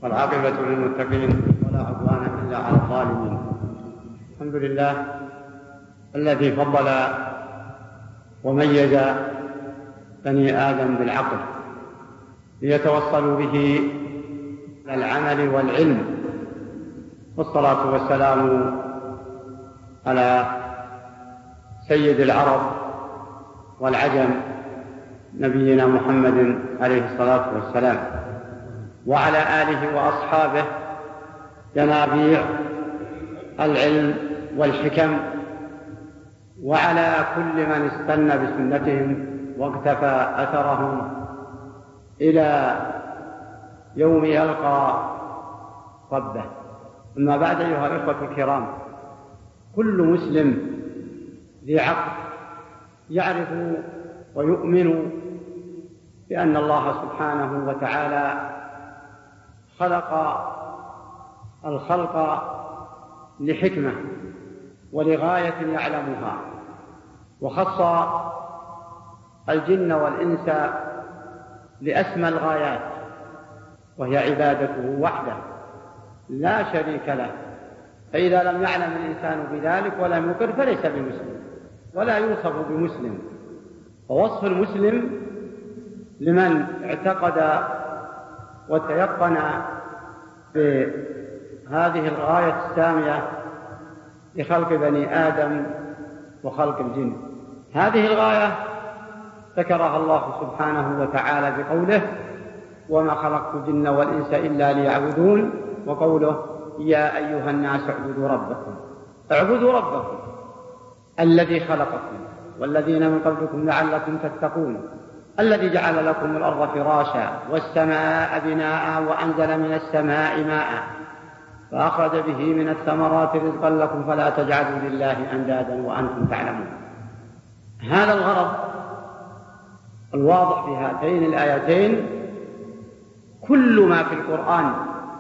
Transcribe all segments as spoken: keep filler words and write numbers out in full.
والعاقبة للمتقين ولا عدوان إلا على الظالمين. الحمد لله الذي فضل وميز بني آدم بالعقل ليتوصلوا به إلى العمل والعلم، والصلاة والسلام على سيد العرب والعجم نبينا محمد عليه الصلاة والسلام، وعلى آله وأصحابه ينابيع العلم والحكم، وعلى كل من استنى بسنتهم واقتفى أثرهم إلى يوم يلقى ربه. أما بعد، أيها الإخوة الكرام، كل مسلم ذي عقل يعرف ويؤمن بأن الله سبحانه وتعالى خلق الخلق لحكمة ولغاية يعلمها، وخص الجن والإنس لأسمى الغايات، وهي عبادته وحده لا شريك له. فإذا لم يعلم الإنسان بذلك ولم يقر فليس بمسلم ولا يوصف بمسلم. ووصف المسلم لمن اعتقد وتيقن بهذه الغاية السامية لخلق بني آدم وخلق الجن. هذه الغاية ذكرها الله سبحانه وتعالى بقوله: وما خلقت الجن والإنس إلا ليعبدون، وقوله: يا أيها الناس اعبدوا ربكم اعبدوا ربكم الذي خلقكم والذين من قبلكم لعلكم تتقون، الذي جعل لكم الأرض فراشا والسماء بناء وأنزل من السماء ماء فأخرج به من الثمرات رزقا لكم فلا تجعلوا لله أندادا وأنتم تعلمون. هذا الغرض الواضح في هاتين الآيتين. كل ما في القرآن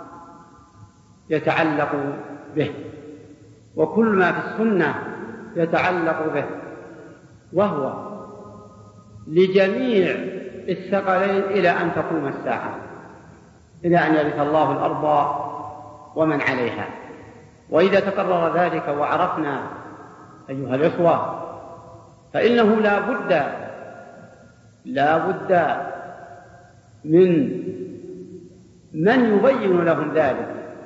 يتعلق به، وكل ما في السنة يتعلق به، وهو لجميع الثقلين إلى أن تقوم الساعة، إلى أن يرث الله الأرض ومن عليها. وإذا تقرر ذلك وعرفنا أيها الإخوة، فإنه لا بد لا بد من من يبين لهم ذلك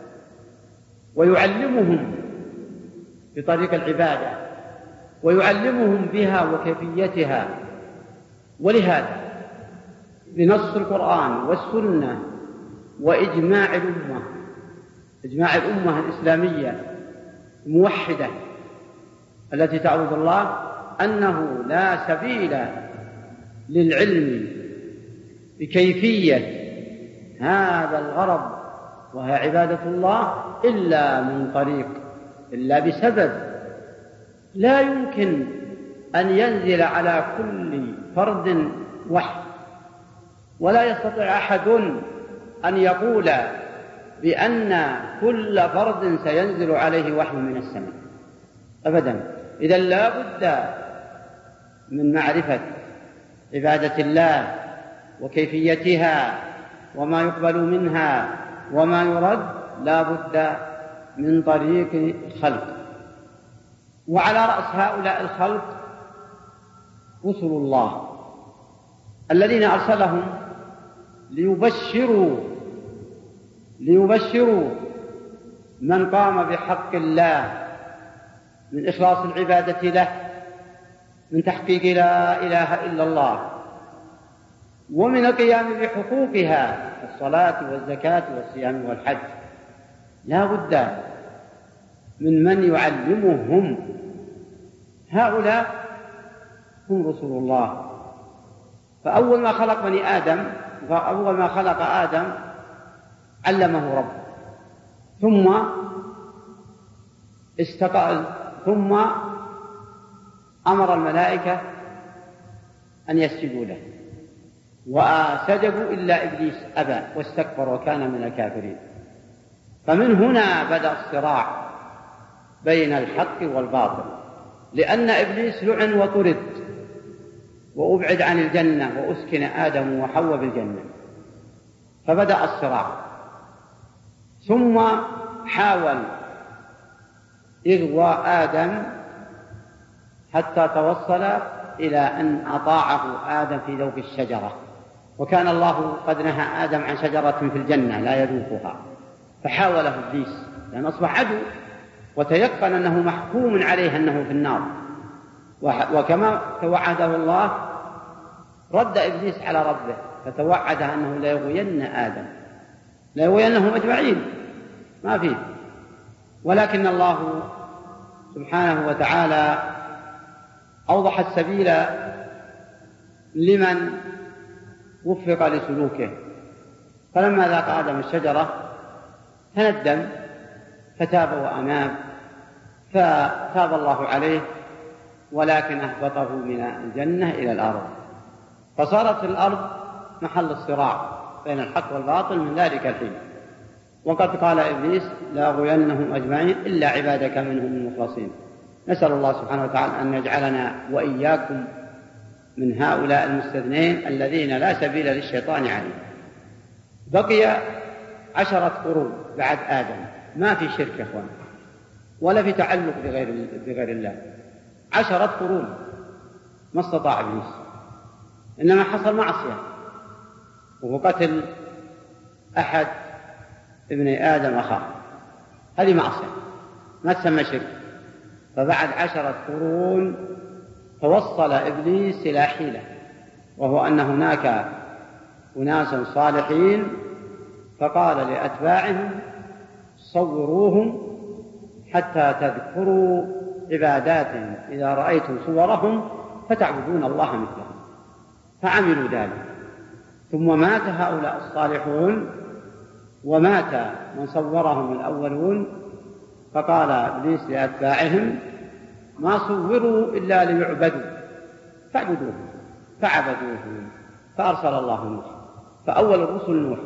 ويعلمهم بطريق العبادة ويعلمهم بها وكيفيتها. ولهذا بنص القرآن والسنة وإجماع الأمة إجماع الأمة الإسلامية الموحدة التي تعبد الله، أنه لا سبيل للعلم بكيفية هذا الغرض وهي عبادة الله إلا من طريق إلا بسبب. لا يمكن أن ينزل على كل فرد وحي، ولا يستطيع أحد أن يقول بأن كل فرد سينزل عليه وحي من السماء أبدا. إذن لا بد من معرفة عبادة الله وكيفيتها وما يقبل منها وما يرد، لا بد من طريق الخلق. وعلى رأس هؤلاء الخلق رسل الله الذين أرسلهم ليبشروا ليبشروا من قام بحق الله من إخلاص العبادة له، من تحقيق لا إله إلا الله، ومن القيام بحقوقها الصلاة والزكاة والصيام والحج. لا بد من من يعلمهم. هؤلاء هم رسل الله. فأول ما خلق بني آدم فأول ما خلق آدم علمه ربه، ثم استقال ثم أمر الملائكة أن يسجدوا له، وسجدوا إلا إبليس أبى واستكبر وكان من الكافرين. فمن هنا بدأ الصراع بين الحق والباطل، لأن إبليس لعن وطرد وأبعد عن الجنة وأسكن آدم وحواء بالجنة، فبدأ الصراع. ثم حاول إغواء آدم حتى توصل إلى أن أطاعه آدم في ذوق الشجرة، وكان الله قد نهى آدم عن شجرة في الجنة لا يذوقها، فحاوله إبليس لأن أصبح عدو وتيقن أنه محكوم عليه أنه في النار، وكما توعده الله رد إبليس على ربه فتوعد أنه لا يغوين آدم لا يغوينهم أجمعين ما فيه، ولكن الله سبحانه وتعالى أوضح السبيل لمن وفق لسلوكه، فلما ذاق آدم الشجرة تندم فتاب وأناب فتاب الله عليه، ولكن أهبطه من الجنة إلى الأرض، فصارت الأرض محل الصراع بين الحق والباطل من ذلك الحين. وقد قال إبليس لأغوينهم أجمعين إلا عبادك منهم المخلصين. نسأل الله سبحانه وتعالى أن يجعلنا وإياكم من هؤلاء المستثنين الذين لا سبيل للشيطان عليهم. بقي عشرة قرون بعد آدم، ما في شرك يا أخوان ولا في تعلق بغير, بغير الله، عشرة قرون ما استطاع إبليس، إنما حصل معصية وهو قتل أحد ابن آدم أخاه، هذه معصية ما تسمى شرك. فبعد عشرة قرون توصل إبليس إلى حيلة، وهو أن هناك أناسا صالحين فقال لأتباعهم صوروهم حتى تذكروا عباداتهم إذا رأيتم صورهم فتعبدون الله مثلهم، فعملوا ذلك. ثم مات هؤلاء الصالحون ومات من صورهم الأولون، فقال إبليس لأتباعهم ما صوروا إلا ليعبدوا فاعبدوهم، فعبدوهم فأرسل الله نوح، فأول الرسل نوح.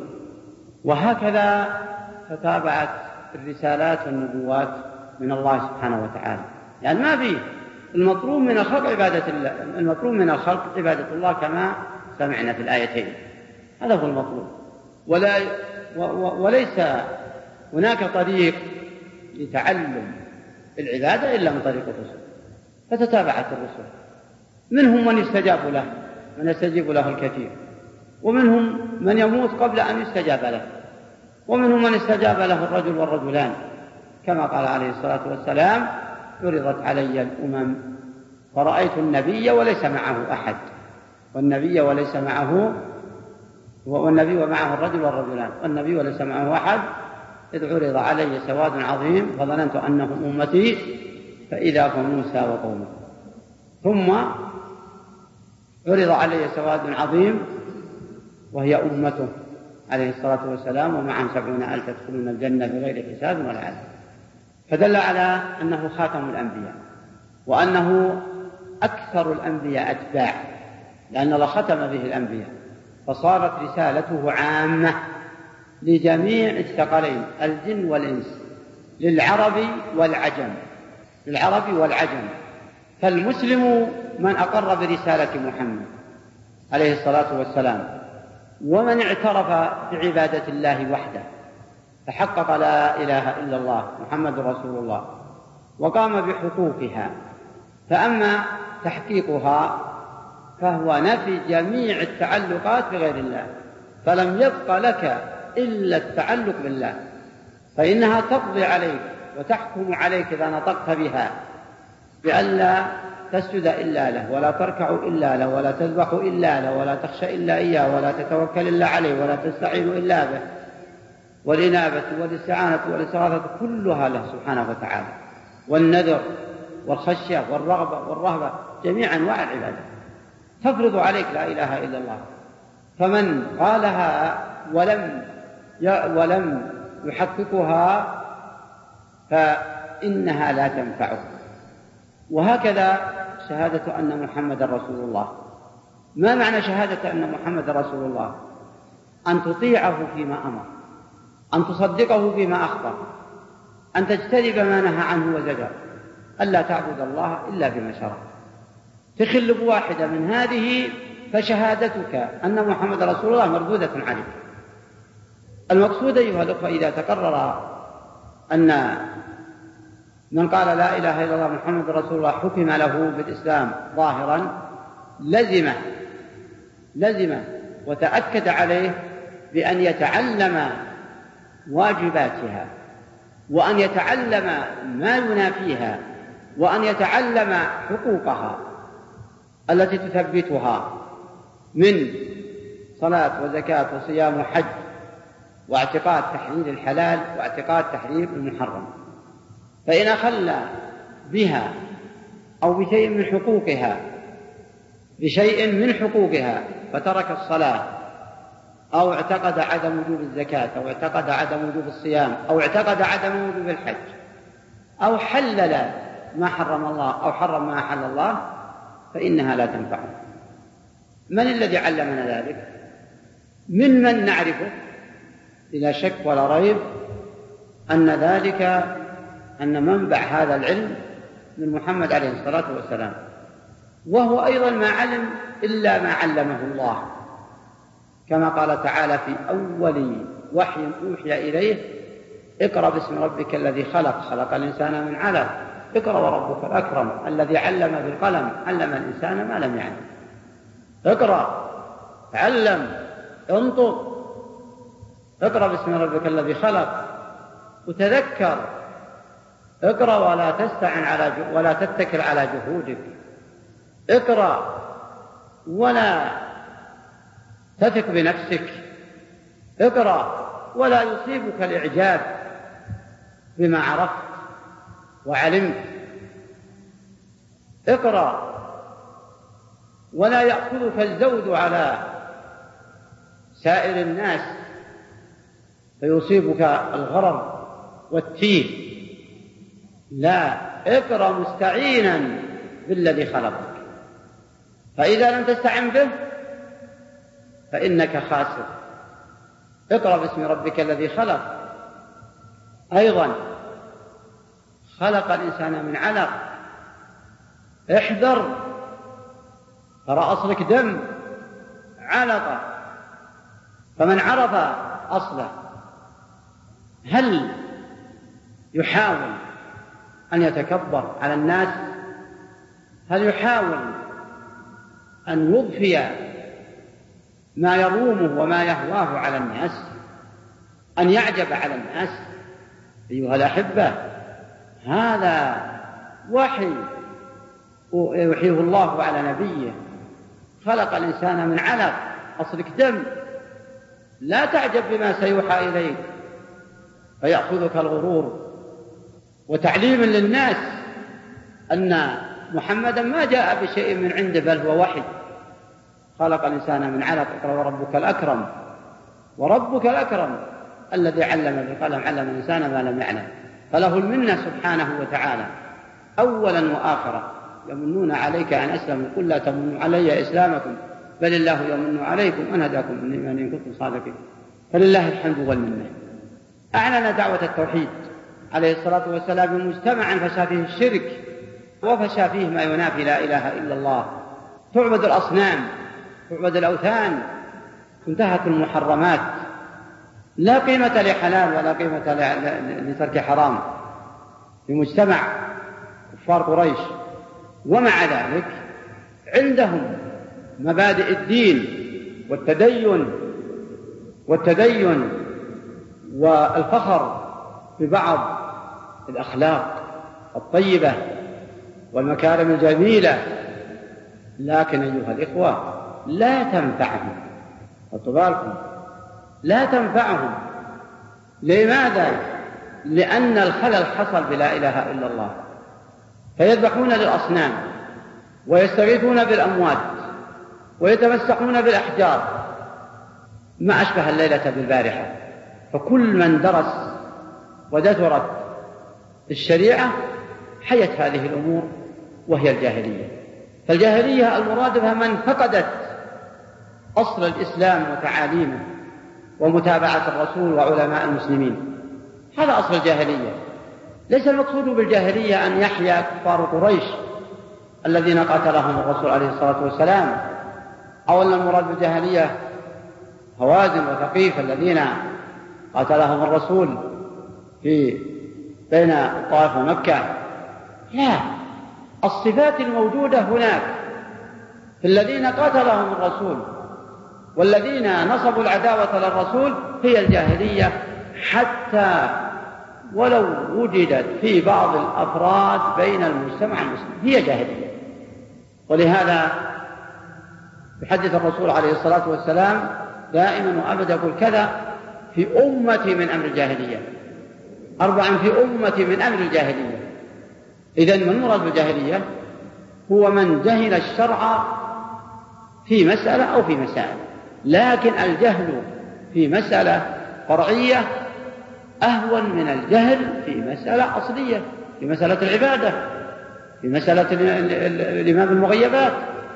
وهكذا تتابعت الرسالات والنبوات من الله سبحانه وتعالى، يعني ما فيه المطلوب من الخلق عبادة الله، المطلوب من الخلق عبادة الله كما سمعنا في الآيتين، هذا هو المطلوب. ولا وليس هناك طريق لتعلم العبادة إلا من طريق الرسل، فتتابعت الرسل، منهم من يستجاب له من يستجيب له الكثير، ومنهم من يموت قبل أن يستجاب له، ومنهم من استجاب له الرجل والرجلان، كما قال عليه الصلاة والسلام عرضت علي الأمم فرأيت النبي وليس معه أحد، والنبي وليس معه والنبي ومعه الرجل والرجلان، والنبي وليس معه أحد، إذ عرض علي سواد عظيم فظننت أنهم أمتي فإذا هم موسى وقومه. ثم عرض علي سواد عظيم وهي أمته عليه الصلاة والسلام ومعهم سبعون ألف يدخلون الجنة بغير حساب ولا عذاب، فدل على أنه خاتم الأنبياء وأنه أكثر الأنبياء أتباع، لأن الله ختم به الأنبياء، فصارت رسالته عامة لجميع الثقلين الجن والإنس، للعرب والعجم للعرب والعجم. فالمسلم من أقر برسالة محمد عليه الصلاة والسلام، ومن اعترف بعبادة الله وحده فحقق لا إله إلا الله محمد رسول الله وقام بحقوقها. فأما تحقيقها فهو نفي جميع التعلقات بغير الله، فلم يبق لك إلا التعلق بالله، فإنها تقضي عليك وتحكم عليك إذا نطقت بها بألا تسجد إلا له، ولا تركع إلا له، ولا تذبح إلا له، ولا تخشى إلا إياه، ولا تتوكل إلا عليه، ولا تستعين إلا به، والإنابة والاستعانة والاستغاثة كلها له سبحانه وتعالى، والنذر والخشية والرغبة والرهبة، جميع أنواع العبادة تفرض عليك لا إله إلا الله. فمن قالها ولم ولم يحققها فإنها لا تنفعه. وهكذا شهادة أن محمد رسول الله. ما معنى شهادة أن محمد رسول الله؟ أن تطيعه فيما أمر، أن تصدقه فيما أخبر، أن تجتنب ما نهى عنه وزجر، ألا تعبد الله إلا بما شرع. تخل بواحدة من هذه فشهادتك أن محمد رسول الله مردودة عليك. المقصود أيها الأخوة إذا تقرر أن من قال لا إله إلا الله محمد رسول الله حكم له بالإسلام ظاهرا لزمه لزمه وتأكد عليه بأن يتعلم واجباتها، وأن يتعلم ما ينافيها، وأن يتعلم حقوقها التي تثبتها من صلاة وزكاة وصيام وحج، واعتقاد تحليل الحلال واعتقاد تحريم المحرم. فإن أخل بها أو بشيء من حقوقها بشيء من حقوقها فترك الصلاة، أو اعتقد عدم وجوب الزكاة، أو اعتقد عدم وجوب الصيام، أو اعتقد عدم وجوب الحج، أو حلل ما حرم الله أو حرم ما أحل الله، فإنها لا تنفعه. من الذي علمنا ذلك؟ من من نعرفه بلا شك ولا ريب أن ذلك أن منبع هذا العلم من محمد عليه الصلاة والسلام، وهو أيضا ما علم إلا ما علمه الله، كما قال تعالى في أول وحي أوحي إليه: اقرأ باسم ربك الذي خلق خلق الإنسان من علق اقرأ وربك الأكرم الذي علم بالقلم علم الإنسان ما لم يعلم. اقرأ، تعلم، انطق، اقرأ باسم ربك الذي خلق، وتذكر، اقرأ ولا تستعن على ولا تتكل على جهودك، اقرأ ولا تثق بنفسك، اقرأ ولا يصيبك الإعجاب بما عرفت وعلمت، اقرأ ولا يأخذك الزود على سائر الناس فيصيبك الغرر والتيه، لا، اقرأ مستعينا بالذي خلقك، فإذا لم تستعن به فإنك خاسر. اقرأ باسم ربك الذي خلق، أيضا خلق الإنسان من علق، احذر، ترى أصلك دم علقة، فمن عرف أصله هل يحاول أن يتكبر على الناس؟ هل يحاول أن يضفي ما يرومه وما يهواه على الناس، أن يعجب على الناس؟ أيها الأحبة، هذا وحي يوحيه الله على نبيه، خلق الإنسان من علق، أصلك دم، لا تعجب بما سيوحى إليك فيأخذك الغرور. وتعليم للناس أن محمدا ما جاء بشيء من عنده بل هو وحي. خلق الإنسان من علق اقرأ وربك الأكرم، وربك الأكرم الذي علم بالقلم علم الإنسان ما لم يعلم، فله المنة سبحانه وتعالى أولا وآخرا. يمنون عليك أن أسلموا قل لا تمنوا علي إسلامكم بل الله يمن عليكم أن هداكم من الإيمان إن كنتم صادقين، فلله الحمد والمنة. أعلن دعوة التوحيد عليه الصلاة والسلام مجتمعا فشى فيه الشرك وفشى فيه ما ينافي لا إله إلا الله. تعبد الأصنام، تعبد الأوثان، انتهت المحرمات، لا قيمة لحلال ولا قيمة لترك حرام في مجتمع كفار قريش. ومع ذلك عندهم مبادئ الدين والتدين والتدين والفخر ببعض الأخلاق الطيبة والمكارم الجميلة، لكن أيها الإخوة لا تنفعهم، فطبالكم لا تنفعهم. لماذا؟ لأن الخلل حصل بلا إله إلا الله، فيذبحون للأصنام ويستغيثون بالأموات ويتمسحون بالأحجار، ما أشبه الليلة بالبارحة. فكل من درس ودثرت الشريعة حيت هذه الأمور وهي الجاهلية. فالجاهلية المراد بها من فقدت أصل الإسلام وتعاليمه ومتابعة الرسول وعلماء المسلمين، هذا أصل الجاهلية. ليس المقصود بالجاهلية أن يحيا كفار قريش الذين قاتلهم الرسول عليه الصلاة والسلام، أو أن المراد بالجاهلية هوازن وثقيف الذين قاتلهم الرسول في بين الطائف ومكة. لا، الصفات الموجودة هناك في الذين قاتلهم الرسول والذين نصبوا العداوة للرسول هي الجاهلية، حتى ولو وجدت في بعض الأفراد بين المجتمع المسلم هي جاهلية. ولهذا يحدث الرسول عليه الصلاة والسلام دائما وأبدا يقول كذا في أمتي من أمر الجاهلية، أربعا في أمتي من أمر الجاهلية. إذن من مراد بالجاهلية هو من جهل الشرع في مسألة أو في مسائل، لكن الجهل في مسألة فرعية أهون من الجهل في مسألة أصلية، في مسألة العبادة، في مسألة الإمام بالمغيبات.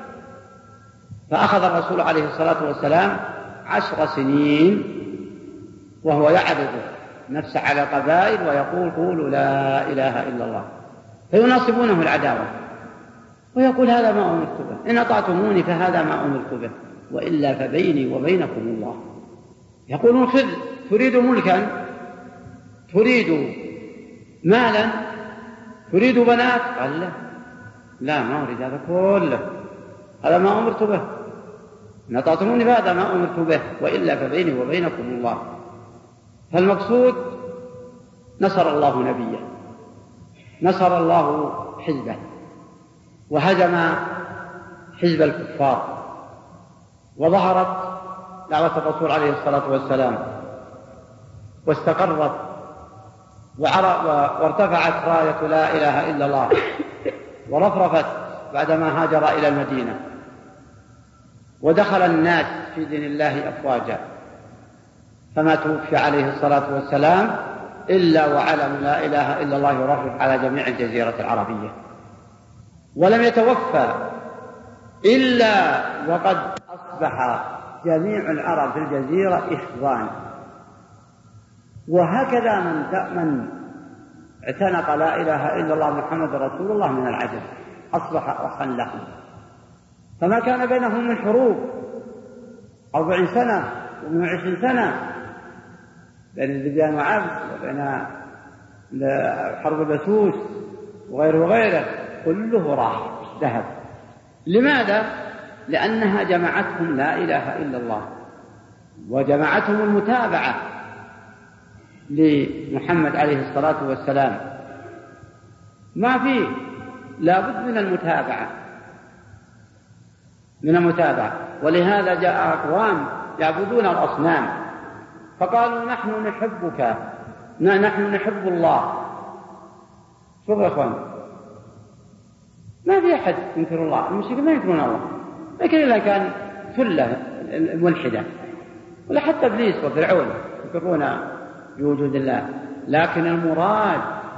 فأخذ الرسول عليه الصلاة والسلام عشر سنين وهو يعرض نفسه على قبائل ويقول قولوا لا إله إلا الله، فيناصبونه العداوة ويقول هذا ما أمرت به، إن أطعتموني فهذا ما أمرت به، وإلا فبيني وبينكم الله. يقولون خذ، تريد ملكا، تريد مالا، تريد بنات؟ قال لا لا ما أريد هذا كله، هذا ما أمرت به، إن أطعتموني فهذا ما أمرت به، وإلا فبيني وبينكم الله. فالمقصود نصر الله نبيه، نصر الله حزبه، وهزم حزب الكفار، وظهرت دعوة الرسول عليه الصلاة والسلام، واستقرت وارتفعت راية لا إله إلا الله، ورفرفت بعدما هاجر إلى المدينة، ودخل الناس في دين الله أفواجا. فما توفي عليه الصلاة والسلام إلا وعلم لا إله إلا الله يرفرف على جميع الجزيرة العربية، ولم يتوفى إلا وقد أصبح جميع العرب في الجزيرة إخوان. وهكذا من من اعتنق لا إله إلا الله محمد رسول الله من العجم أصبح أخا لهم. فما كان بينهم من حروب أربعين سنة ومن عشرين سنة بين الذبيان وعبد، وبين حرب البسوس وغيره وغيره، كله راح ذهب. لماذا؟ لأنها جمعتهم لا إله إلا الله، وجمعتهم المتابعة لمحمد عليه الصلاة والسلام. ما فيه، لا بد من المتابعة من المتابعة ولهذا جاء أقوام يعبدون الأصنام فقالوا نحن نحبك، نحن نحب الله. شوف يا أخوان، ما في أحد ينكر الله، المشركين ما ينكرون الله، لكن إذا كان ثلة ملحدة، ولا حتى إبليس وفرعون ينكرون بوجود الله. لكن المراد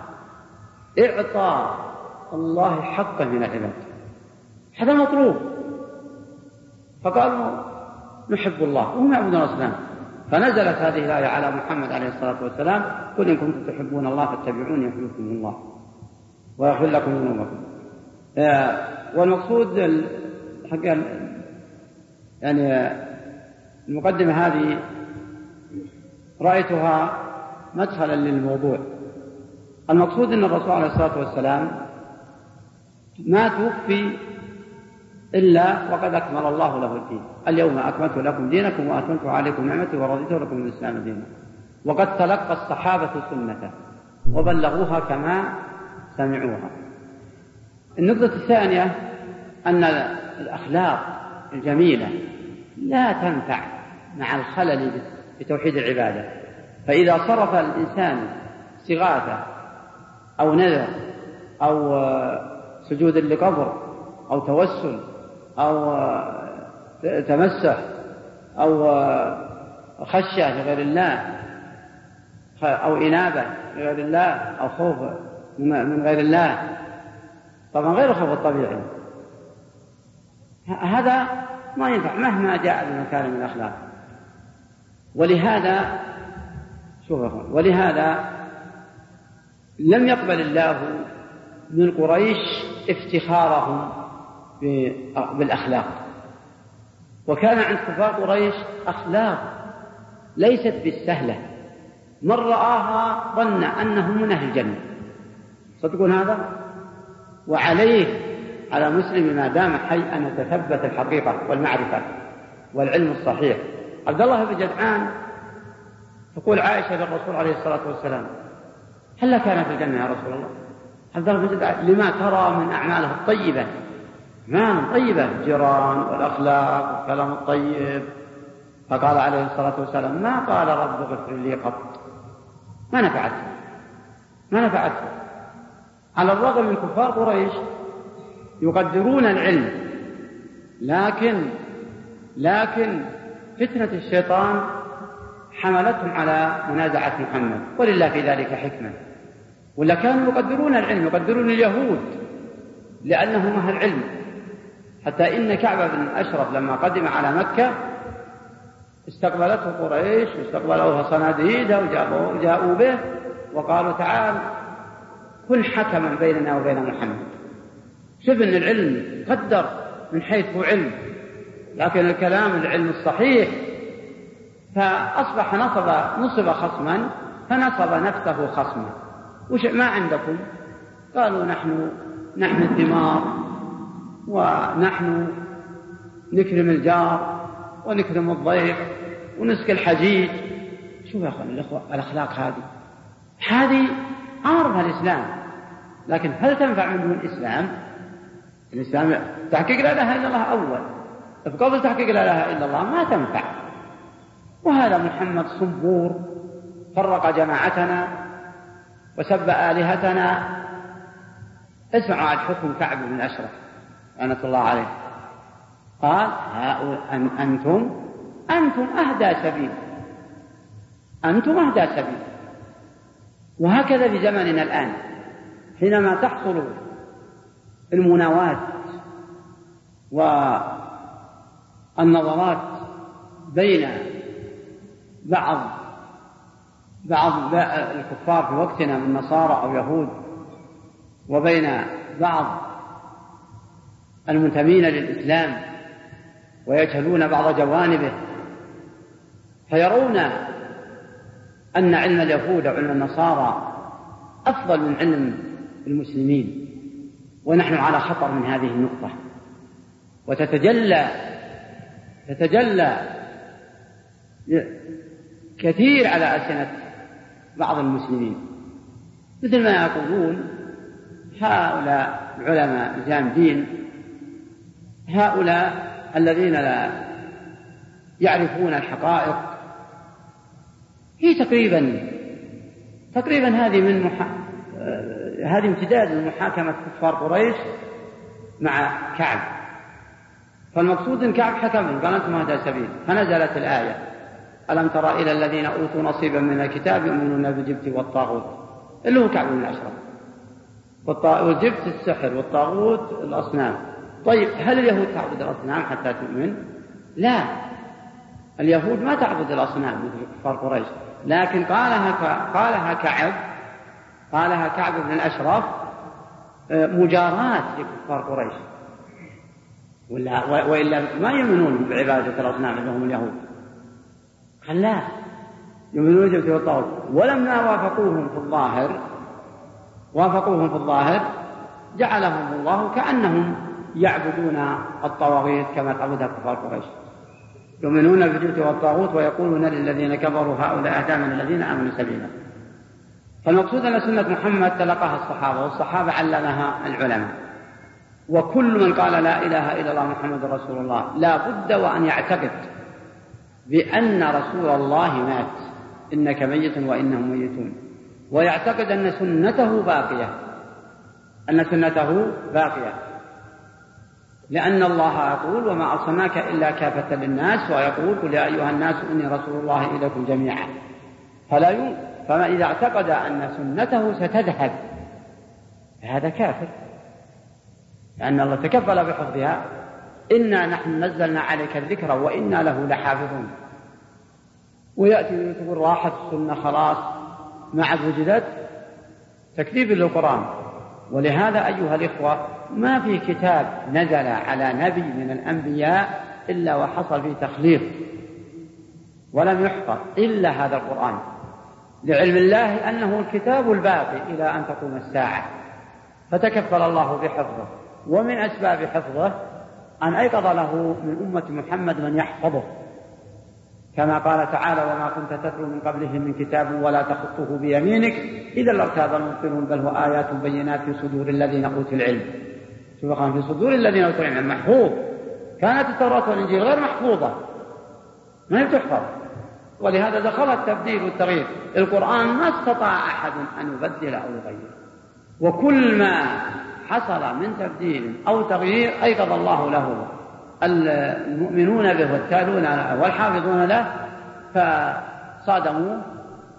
إعطاء الله حقا من العباد، هذا مطلوب. فقالوا نحب الله وهم يعبدون الأصنام، فنزلت هذه الآية على محمد عليه الصلاة والسلام: قل إن كنتم تحبون الله فاتبعوني يحببكم الله ويغفر لكم ذنوبكم. والمقصود حق يعني المقدمة هذه رأيتها مدخلا للموضوع. المقصود أن الرسول عليه الصلاة والسلام ما توفي إلا وقد أكمل الله له الدين. اليوم أكملت لكم دينكم وأتممت عليكم نعمتي ورضيت لكم الإسلام دينا. وقد تلقى الصحابة سنته وبلغوها كما سمعوها. النقطة الثانية أن الأخلاق الجميلة لا تنفع مع الخلل بتوحيد العبادة. فإذا صرف الإنسان استغاثة أو نذر أو سجود لقبر أو توسل أو تمسح أو خشية لغير الله أو إنابة لغير الله أو خوف من غير الله، طبعا غير الخوف الطبيعي، هذا ما ينفع مهما جاء بمكارم الأخلاق. ولهذا شوفوا ولهذا لم يقبل الله من قريش افتخارهم بالأخلاق. وكان عند كفار قريش أخلاق ليست بالسهلة، من رآها ظن أنه من أهل الجنة. صدقون هذا؟ وعليه على مسلم ما دام حي أن يتثبت الحقيقة والمعرفة والعلم الصحيح. عبد الله بن جدعان تقول عائشة للرسول عليه الصلاة والسلام: هل كان في الجنة يا رسول الله؟ عبد الله بن جدعان: لما ترى من أعماله الطيبة؟ أعمال طيبة، الجيران والأخلاق والكلام الطيب. فقال عليه الصلاة والسلام: ما قال رب اغفر لي قط، ما نفعته ما نفعته على الرغم من كفار قريش يقدرون العلم، لكن لكن فتنة الشيطان حملتهم على منازعة محمد، ولله في ذلك حكمة. ولا كانوا يقدرون العلم، يقدرون اليهود لأنهم أهل العلم. حتى إن كعب بن الأشرف لما قدم على مكة استقبلته قريش واستقبلوها صناديد وجاءوا, وجاءوا به وقالوا: تعال كن حكما بيننا وبين محمد. شوف أن العلم قدر من حيث هو علم، لكن الكلام العلم الصحيح. فأصبح نصب نصب خصما فنصب نفسه خصما. وش ما عندكم؟ قالوا: نحن نحن الثمار، ونحن نكرم الجار ونكرم الضيف ونسك الحجيج. شوف يا أخوان الأخوة الأخلاق هذه هذه عارفها الإسلام، لكن هل تنفع من دون الإسلام؟ الإسلام تحقيق لا إله إلا الله أول، فقبل تحقيق لا إله إلا الله ما تنفع. وهذا محمد صبور فرق جماعتنا وسب آلهتنا. اسمعوا عن حكم كعب بن الأشرف لعنة الله عليه. قال: أن أنتم أنتم أهدى سبيل أنتم أهدى سبيل. وهكذا في زمننا الآن حينما تحصل المناواة والنظرات بين بعض بعض الكفار في وقتنا من نصارى أو يهود وبين بعض المنتمين للإسلام ويجهلون بعض جوانبه، فيرون أن علم اليهود وعلم النصارى أفضل من علم المسلمين، ونحن على خطر من هذه النقطة. وتتجلى تتجلى كثير على ألسنة بعض المسلمين، مثل ما يقولون هؤلاء العلماء الجامدين، هؤلاء الذين لا يعرفون الحقائق. هي تقريبا تقريبا هذه من محا... هذه امتداد من محاكمة كفار قريش مع كعب. فالمقصود ان كعب حكم قال: انتم اهدى سبيل. فنزلت الآية: ألم تر إلى الذين أوتوا نصيبا من الكتاب يؤمنون بالجبت والطاغوت، اللي هو كعب بن الأشرف. والجبت السحر والطاغوت الأصنام. طيب هل اليهود تعبد الأصنام حتى تؤمن؟ لا، اليهود ما تعبد الأصنام مثل كفار قريش، لكن قالها قالها كعب قالها كعب بن الأشرف مجاراة لكفار قريش، وإلا ما يؤمنون بعبادة الأصنام اللي هم اليهود. قال: لا، يؤمنون بالجبت والطاغوت. ولما وافقوهم في الظاهر وافقوهم في الظاهر جعلهم الله كأنهم يعبدون الطواغيت كما تعبدها كفار قريش، يؤمنون بالجبت والطاغوت ويقولون للذين كفروا هؤلاء أهدى من الذين آمنوا سبيلا. فالمقصود أن سنة محمد تلقاها الصحابة، والصحابة علمها العلماء. وكل من قال لا إله إلا الله محمد رسول الله لا بد وأن يعتقد بأن رسول الله مات، إنك ميت وإنهم ميتون، ويعتقد أن سنته باقية أن سنته باقية لأن الله يقول: وما أرسلناك إلا كافة للناس، ويقول: قل يا أيها الناس إني رسول الله إليكم جميعا. فلا يوم فما إذا اعتقد أن سنته ستذهب فهذا كافر، لأن الله تكفل بحفظها: إنا نحن نزلنا عليك الذكر وإنا له لحافظون. ويأتي يقول راحت السنة خلاص ما عاد وجدت، تكذيب للقرآن. ولهذا أيها الإخوة ما في كتاب نزل على نبي من الأنبياء إلا وحصل فيه تخليط ولم يحفظ إلا هذا القرآن. لعلم الله أنه الكتاب الباقي إلى أن تقوم الساعة، فتكفل الله بحفظه. ومن أسباب حفظه أن أيقظ له من أمة محمد من يحفظه، كما قال تعالى: وما كنت تتلو من قبله من كتاب ولا تخطه بيمينك إذا لارتاب المبطلون بل هو آيات بينات في صدور الذين أوتوا العلم. سبحان في صدور الذين أوتوا العلم محفوظ. كانت التوراة والإنجيل غير محفوظة، ما تحفظ، ولهذا دخل التبديل والتغيير. القرآن ما استطاع أحد أن يبدل أو يغير، وكل ما حصل من تبديل أو تغيير أيقظ الله له المؤمنون به والتالون والحافظون له، فصادموا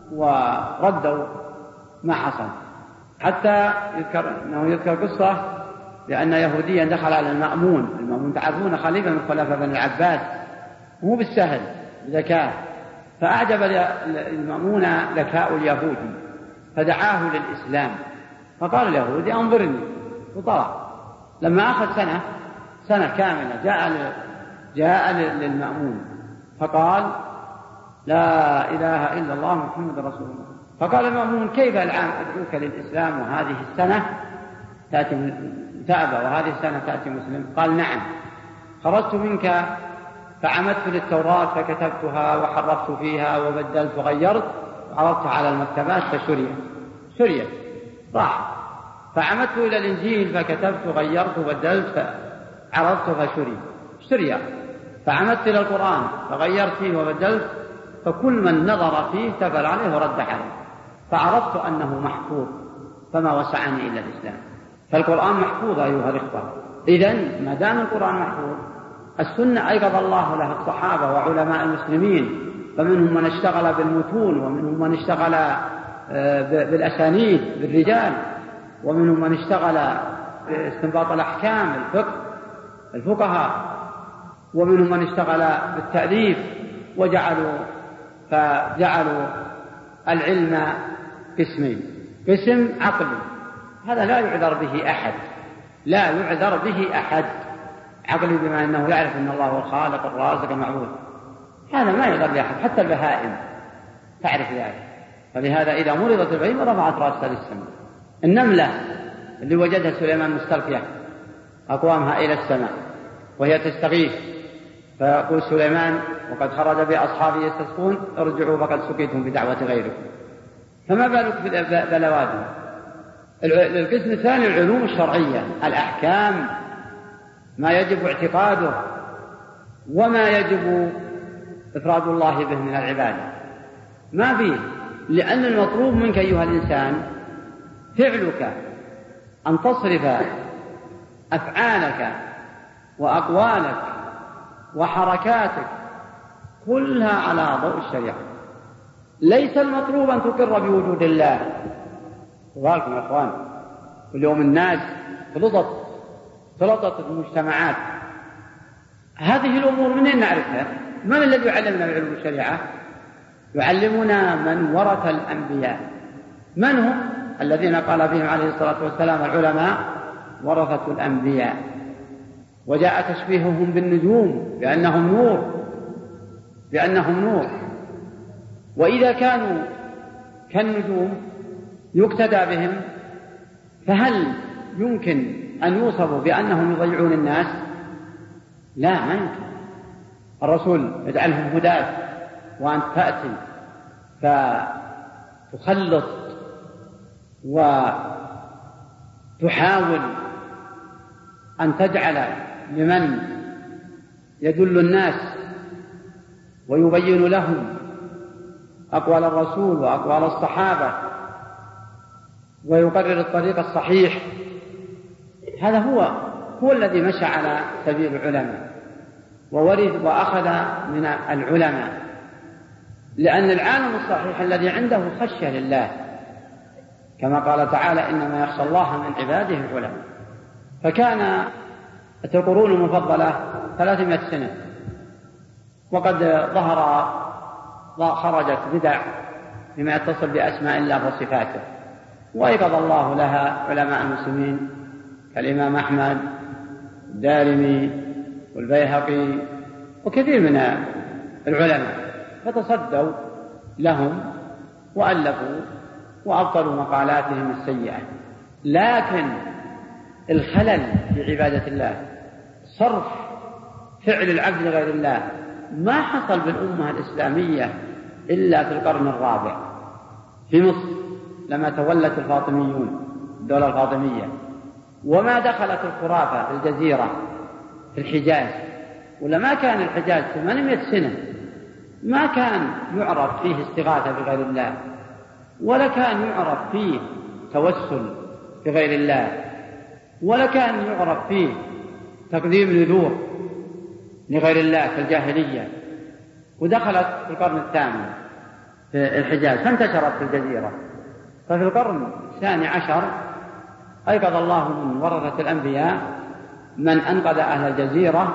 وردوا ما حصل. حتى يذكر أنه يذكر قصة لأن يهوديا دخل على المأمون. المأمون تعرفون خليفة من خلفاء بني العباس، مو بالسهل بذكاء، فأعجب المأمون ذكاء اليهودي فدعاه للإسلام، فقال اليهودي: أنظرني، وطلع. لما أخذ سنة سنة كاملة جاء جاء للمأمون فقال: لا إله إلا الله محمد رسول الله. فقال المأمون: كيف العام أدعوك للإسلام وهذه السنة تأتي تأبى وهذه السنة تأتي مسلم؟ قال: نعم، خرجت منك فعمدت للتوراة فكتبتها وحرفت فيها وبدلت وغيرت وعرضت على المكتبات فشريت شريت راح، فعمدت إلى الإنجيل فكتبت وغيرت وبدلت فعرضت فشريت شريت، فعمدت إلى القرآن فغيرت فيه وبدلت، فكل من نظر فيه تبل عليه ورد عليه، فعرفت أنه محفوظ فما وسعني إلا الإسلام. فالقرآن محفوظ أيها الإخوة. إذن ما دام القرآن محفوظ، السنة أيقظ الله لها الصحابة وعلماء المسلمين، فمنهم من اشتغل بالمتون، ومنهم من اشتغل بالأسانيد بالرجال، ومنهم من اشتغل باستنباط الأحكام الفقه الفقهاء، ومنهم من اشتغل بالتأليف، وجعلوا فجعلوا العلم قسمين: قسم عقلي، هذا لا يعذر به أحد، لا يعذر به أحد عقلي بما أنه يعرف أن الله هو الخالق الرازق المعبود، هذا ما يعذر به أحد، حتى البهائم تعرف ذلك. فلهذا إذا مرضت البهيمة رفعت رأسها للسماء. النملة اللي وجدها سليمان مستلقية أقوامها إلى السماء وهي تستغيث، فيقول سليمان وقد خرج بأصحابه يستسقون: ارجعوا فقد سقيتم بدعوة غيركم. فما بالك بالبلوادم. القسم الثاني العلوم الشرعية، الأحكام، ما يجب اعتقاده وما يجب إفراد الله به من العبادة، ما فيه. لأن المطلوب منك أيها الإنسان فعلك، أن تصرف أفعالك وأقوالك وحركاتك كلها على ضوء الشريعة. ليس المطلوب أن تقر بوجود الله. وذلكم يا أخوان، اليوم الناس خلطت خلطت المجتمعات. هذه الأمور منين نعرفها؟ من الذي يعلمنا علوم الشريعة؟ يعلمنا من ورث الأنبياء. من هم؟ الذين قال فيهم عليه الصلاة والسلام: العلماء ورثة الأنبياء. وجاء تشبيههم بالنجوم بأنهم نور بأنهم نور وإذا كانوا كالنجوم يقتدى بهم، فهل يمكن أن يوصفوا بأنهم يضيعون الناس؟ لا، ما يمكن. الرسول يجعلهم هداة، وأنت تأتي فتخلط وتحاول أن تجعل لمن يدل الناس ويبين لهم أقوال الرسول وأقوال الصحابة ويقرر الطريق الصحيح. هذا هو هو الذي مشى على سبيل العلماء وورث وأخذ من العلماء، لأن العالم الصحيح الذي عنده خشية لله، كما قال تعالى: إنما يخشى الله من عباده العلماء. فكان القرون المفضلة ثلاثمائة سنة، وقد ظهر خرجت بدع فيما يتصل بأسماء الله وصفاته، وأيقظ الله لها علماء المسلمين كالإمام أحمد الدارمي والبيهقي وكثير من العلماء، فتصدوا لهم وألفوا وأبطلوا مقالاتهم السيئة. لكن الخلل في عبادة الله، صرف فعل العبد لغير الله، ما حصل بالأمة الإسلامية إلا في القرن الرابع في مصر لما تولت الفاطميون الدولة الفاطمية، وما دخلت الخرافة في الجزيرة في الحجاز. ولما كان الحجاز ثمانمائة سنة ما كان يعرف فيه استغاثة بغير الله، ولا كان يعرف فيه توسل بغير الله، ولا كان يعرف فيه تقديم نذور لغير الله في الجاهلية. ودخلت في القرن الثامن في الحجاز فانتشرت في الجزيرة. ففي القرن الثاني عشر أيقظ الله من ورثة الأنبياء من أنقذ أهل الجزيرة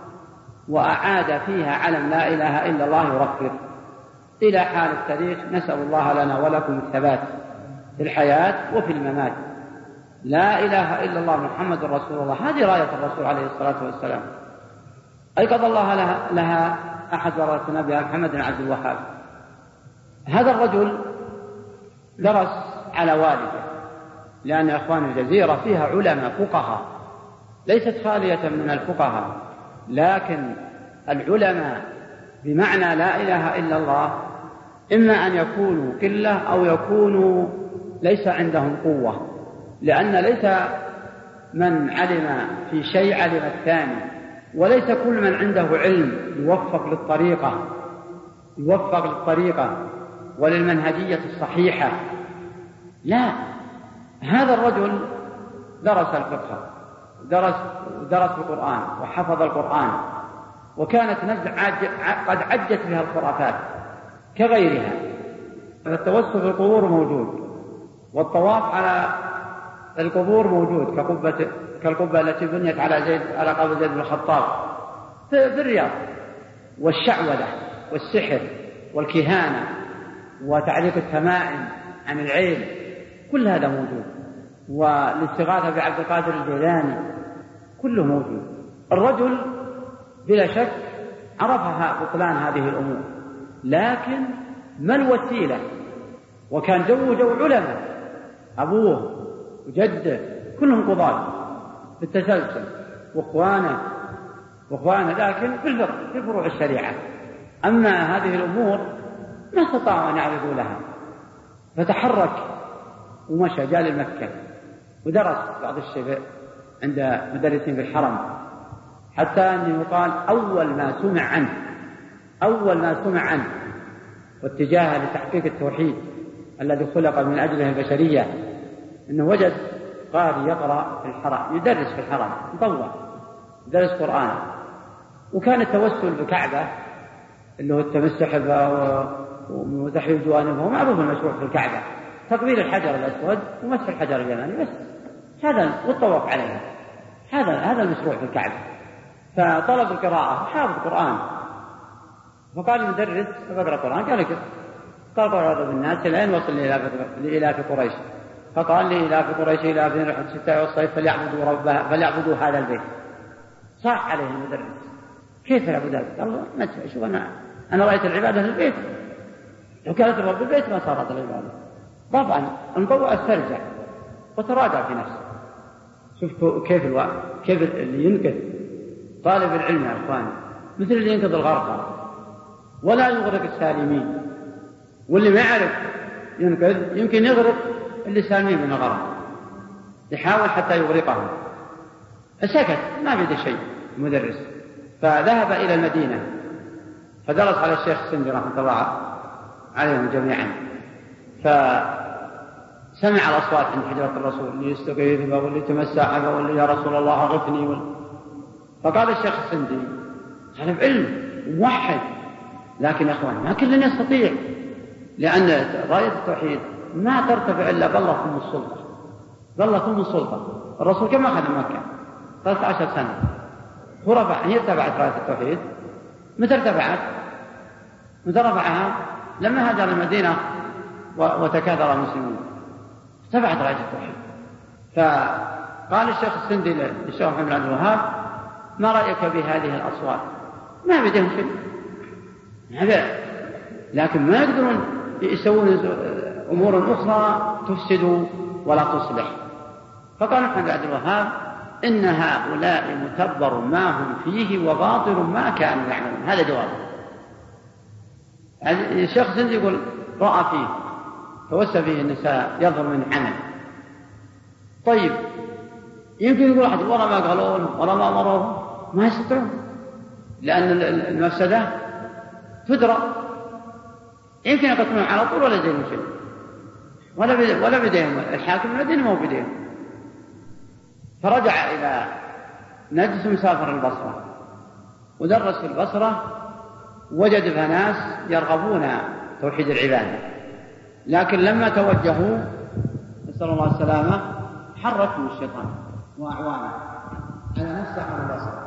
وأعاد فيها علم لا إله إلا الله يرفرف إلى حال التاريخ. نسأل الله لنا ولكم الثبات في الحياة وفي الممات. لا إله إلا الله محمد رسول الله، هذه راية الرسول عليه الصلاة والسلام. أيقظ الله لها, لها أحد ورثة الأنبياء محمد بن عبد الوهاب. هذا الرجل درس على والده، لأن أخوان الجزيرة فيها علماء فقهاء ليست خالية من الفقهاء، لكن العلماء بمعنى لا إله إلا الله إما أن يكونوا قلة أو يكونوا ليس عندهم قوة، لأن ليس من علم في شيء علم الثاني، وليس كل من عنده علم يوفق للطريقة يوفق للطريقة وللمنهجية الصحيحة. لا، هذا الرجل درس الفقه، درس درس القرآن وحفظ القرآن، وكانت نفسه قد عجت بها الخرافات كغيرها. التوسل في القبور موجود، والطواف على القبور موجود كقبة كالقبة التي بنيت على زيد على قبر زيد بن الخطاب في الرياض، والشعوذة والسحر والكهانة وتعليق التمائم عن العين، كل هذا موجود، والاستغاثة بعبد القادر الجيلاني كله موجود. الرجل بلا شك عرفها بطلان هذه الأمور، لكن ما الوسيلة؟ وكان جو جو علماء، أبوه وجده كلهم قضاة بالتسلسل، واخوانه واخوانه لكن في الفرع في فروع الشريعة. أما هذه الأمور ما استطاعوا أن يعرضوا لها، فتحرك ومشى جاء لمكة ودرس بعض الشيء عند مدرسين في الحرم، حتى أنه قال أول ما سمع عنه أول ما سمع عنه واتجاه لتحقيق التوحيد الذي خلق من أجله البشرية أنه وجد قارئ يقرأ في الحرم، يدرس في الحرم مطوع يدرس قرآن. وكان التوسل بكعبة اللي هو التمسح وتحويل جوانبه معروف المشروع في الكعبة، تقبيل الحجر الأسود ومسح الحجر اليماني بس، هذا والطواف عليها، هذا هذا المشروع في الكعبة. فطلب القراءة حافظ القرآن، فقال المدرس بقرأ القرآن، قال كيف؟ قال قرأ بالناس لين وصل لإلاف قريش، فقال لي إلاف قريش إلاف رحلة الشتاء والصيف فليعبدوا ربها فليعبدوا هذا البيت. صاح عليه المدرس، كيف يعبد هذا؟ قال له ما شوف أنا أنا رأيت العبادة في البيت، لو كانت الرب البيت ما صارت العبادة. طبعا المطوع استرجع وتراجع في نفسه. شفتوا كيف الوقت كيف اللي ينقذ طالب العلم يا اخوان مثل اللي ينقذ الغرقى ولا يغرق السالمين، واللي ما يعرف ينقذ يمكن يغرق اللي سالمين من الغرق، يحاول حتى يغرقهم. فسكت ما بيد شيء المدرس، فذهب إلى المدينة فدرس على الشيخ السندي رحمة الله عليهم جميعا، فسمع الأصوات عند حجرة الرسول اللي يستغيث واللي يتمسح واللي يا رسول الله أغثني وال... فقال الشيخ السندي طالب علم موحد، لكن يا أخوان ما كل يستطيع، لأن راية التوحيد ما ترتفع إلا بالله ثم السلطة، بالله ثم السلطة. الرسول كما أخذ مكة ثلاثة عشر سنة ورفع، هي ارتفعت راية التوحيد. متى ارتفعت؟ متى رفعها؟ لما هاجر المدينة وتكاثر المسلمون ارتفعت راية التوحيد. فقال الشيخ السندي للشيخ محمد بن عبد الوهاب ما رأيك بهذه الأصوات؟ ما بدهم شيء، لكن ما يقدرون يسوون أمور أخرى تفسد ولا تصلح. فقال محمد بن عبد الوهاب إن هؤلاء متبر ما هم فيه وباطل ما كانوا يعملون. هذا جوابه. الشيخ سندي يقول رأى فيه توسى فيه النساء يظهر من عمل. طيب يمكن يقول أحد ورا ما قالون ورا ما مروا ما يستطيعون، لأن المفسدة تدرى. يمكن يقتلون على طول ولا يدينهم شيء، ولا ولا بديهم الحاكم ولا دينهم بديهم. فرجع إلى نجد مسافر البصرة ودرس في البصرة، وجد فيها ناس يرغبون توحيد العبادة، لكن لما توجهوا نسأل الله السلامة حركهم الشيطان وأعوانه على نفس أهل البصرة.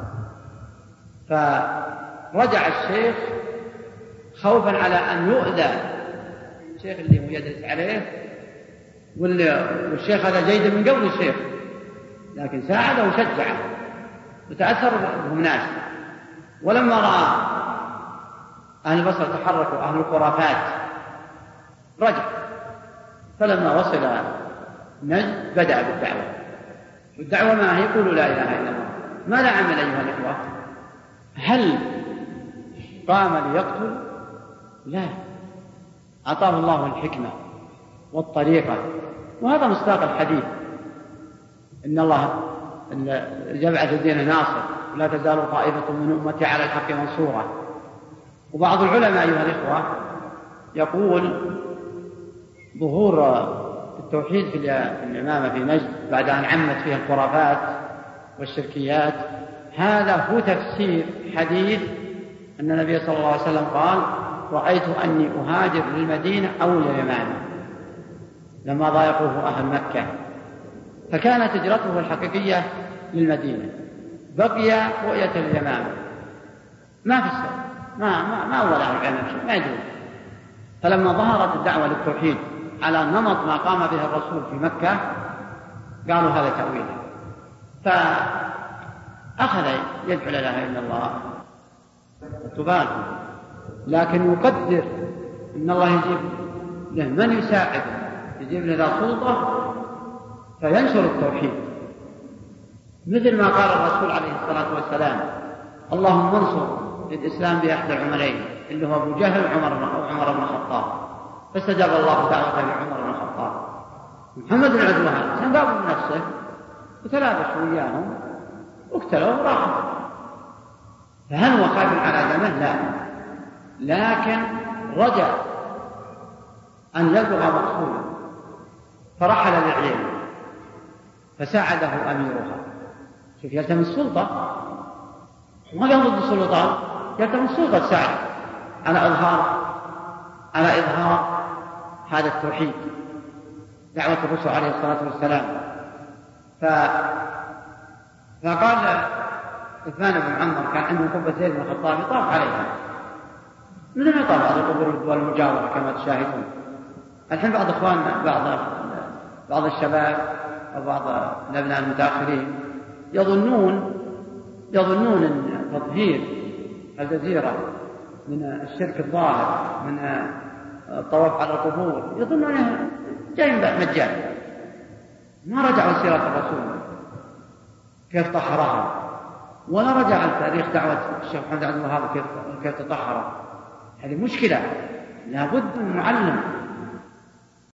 فرجع الشيخ خوفا على أن يؤذى الشيخ اللي هو يدرس عليه، والشيخ هذا جيد من قبل الشيخ، لكن ساعده وشجعه وتأثر بهم ناس. ولما رأى أهل البصرة تحركوا أهل الخرافات رجع. فلما وصل نجد بدأ بالدعوة، والدعوة ما هي يقول لا إله إلا الله. ماذا عمل أيها الإخوة؟ هل قام ليقتل؟ لا، أعطاه الله الحكمة والطريقة، وهذا مصداق الحديث إن الله يبعث الدين ناصر ولا تزال طائفة من أمتي على الحق منصورة. وبعض العلماء أيها الإخوة يقول ظهور التوحيد في الإمامة في نجد بعد أن عمت فيها الخرافات والشركيات، هذا هو تفسير حديث أن النبي صلى الله عليه وسلم قال رأيت أني أهاجر للمدينة أو لليمامة لما ضايقوه أهل مكة، فكانت هجرته الحقيقية للمدينة، بقي رؤية اليمامة ما في السبب، ما ما ما أول أهل العلم شيء ما يدرون. فلما ظهرت الدعوة للتوحيد على نمط ما قام به الرسول في مكة قالوا هذا تأويل، فأخذ يدعو لا إله إلا الله وتبال، لكن يقدر إن الله يجيب له من يساعد، يجيب له ذا سلطة فينشر التوحيد، مثل ما قال الرسول عليه الصلاة والسلام اللهم انصر الإسلام بأحد العمرين اللي هو أبو جهل وعمر وعمر بن الخطاب، فاستجاب الله دعوة لعمر بن الخطاب. محمد بن عبد الوهاب سنقابل بنفسه وتلابسوا وياهم واقتلوا وراحوا، فهل هو خايف على دمه؟ لا، لكن رجع أن يبلغ مقصوده فرحل للعين فساعده أميرها. شوف يلتمس السلطة، ما قام ضد السلطان، يلتمس السلطة تساعد على إظهار على إظهار هذا التوحيد دعوة الرسول عليه الصلاة والسلام. ف... فقال عثمان بن عمر كان عنده قبة زيد بن الخطاب يطاف عليها مثل ما يطاف على القبور الدول المجاورة كما تشاهدون الحين. بعض إخواننا بعض بعض الشباب أو بعض الأبناء المتأخرين يظنون يظنون أن تطهير الجزيرة من الشرك الظاهر من الطواف على القبور يظنون أنه جاي مجال، ما رجعوا سيرة الرسول كيف طهرها، ولا رجع التاريخ دعوة الشيخ محمد عبد الوهاب كيف كيف تطهر. هذه مشكلة، لابد من معلم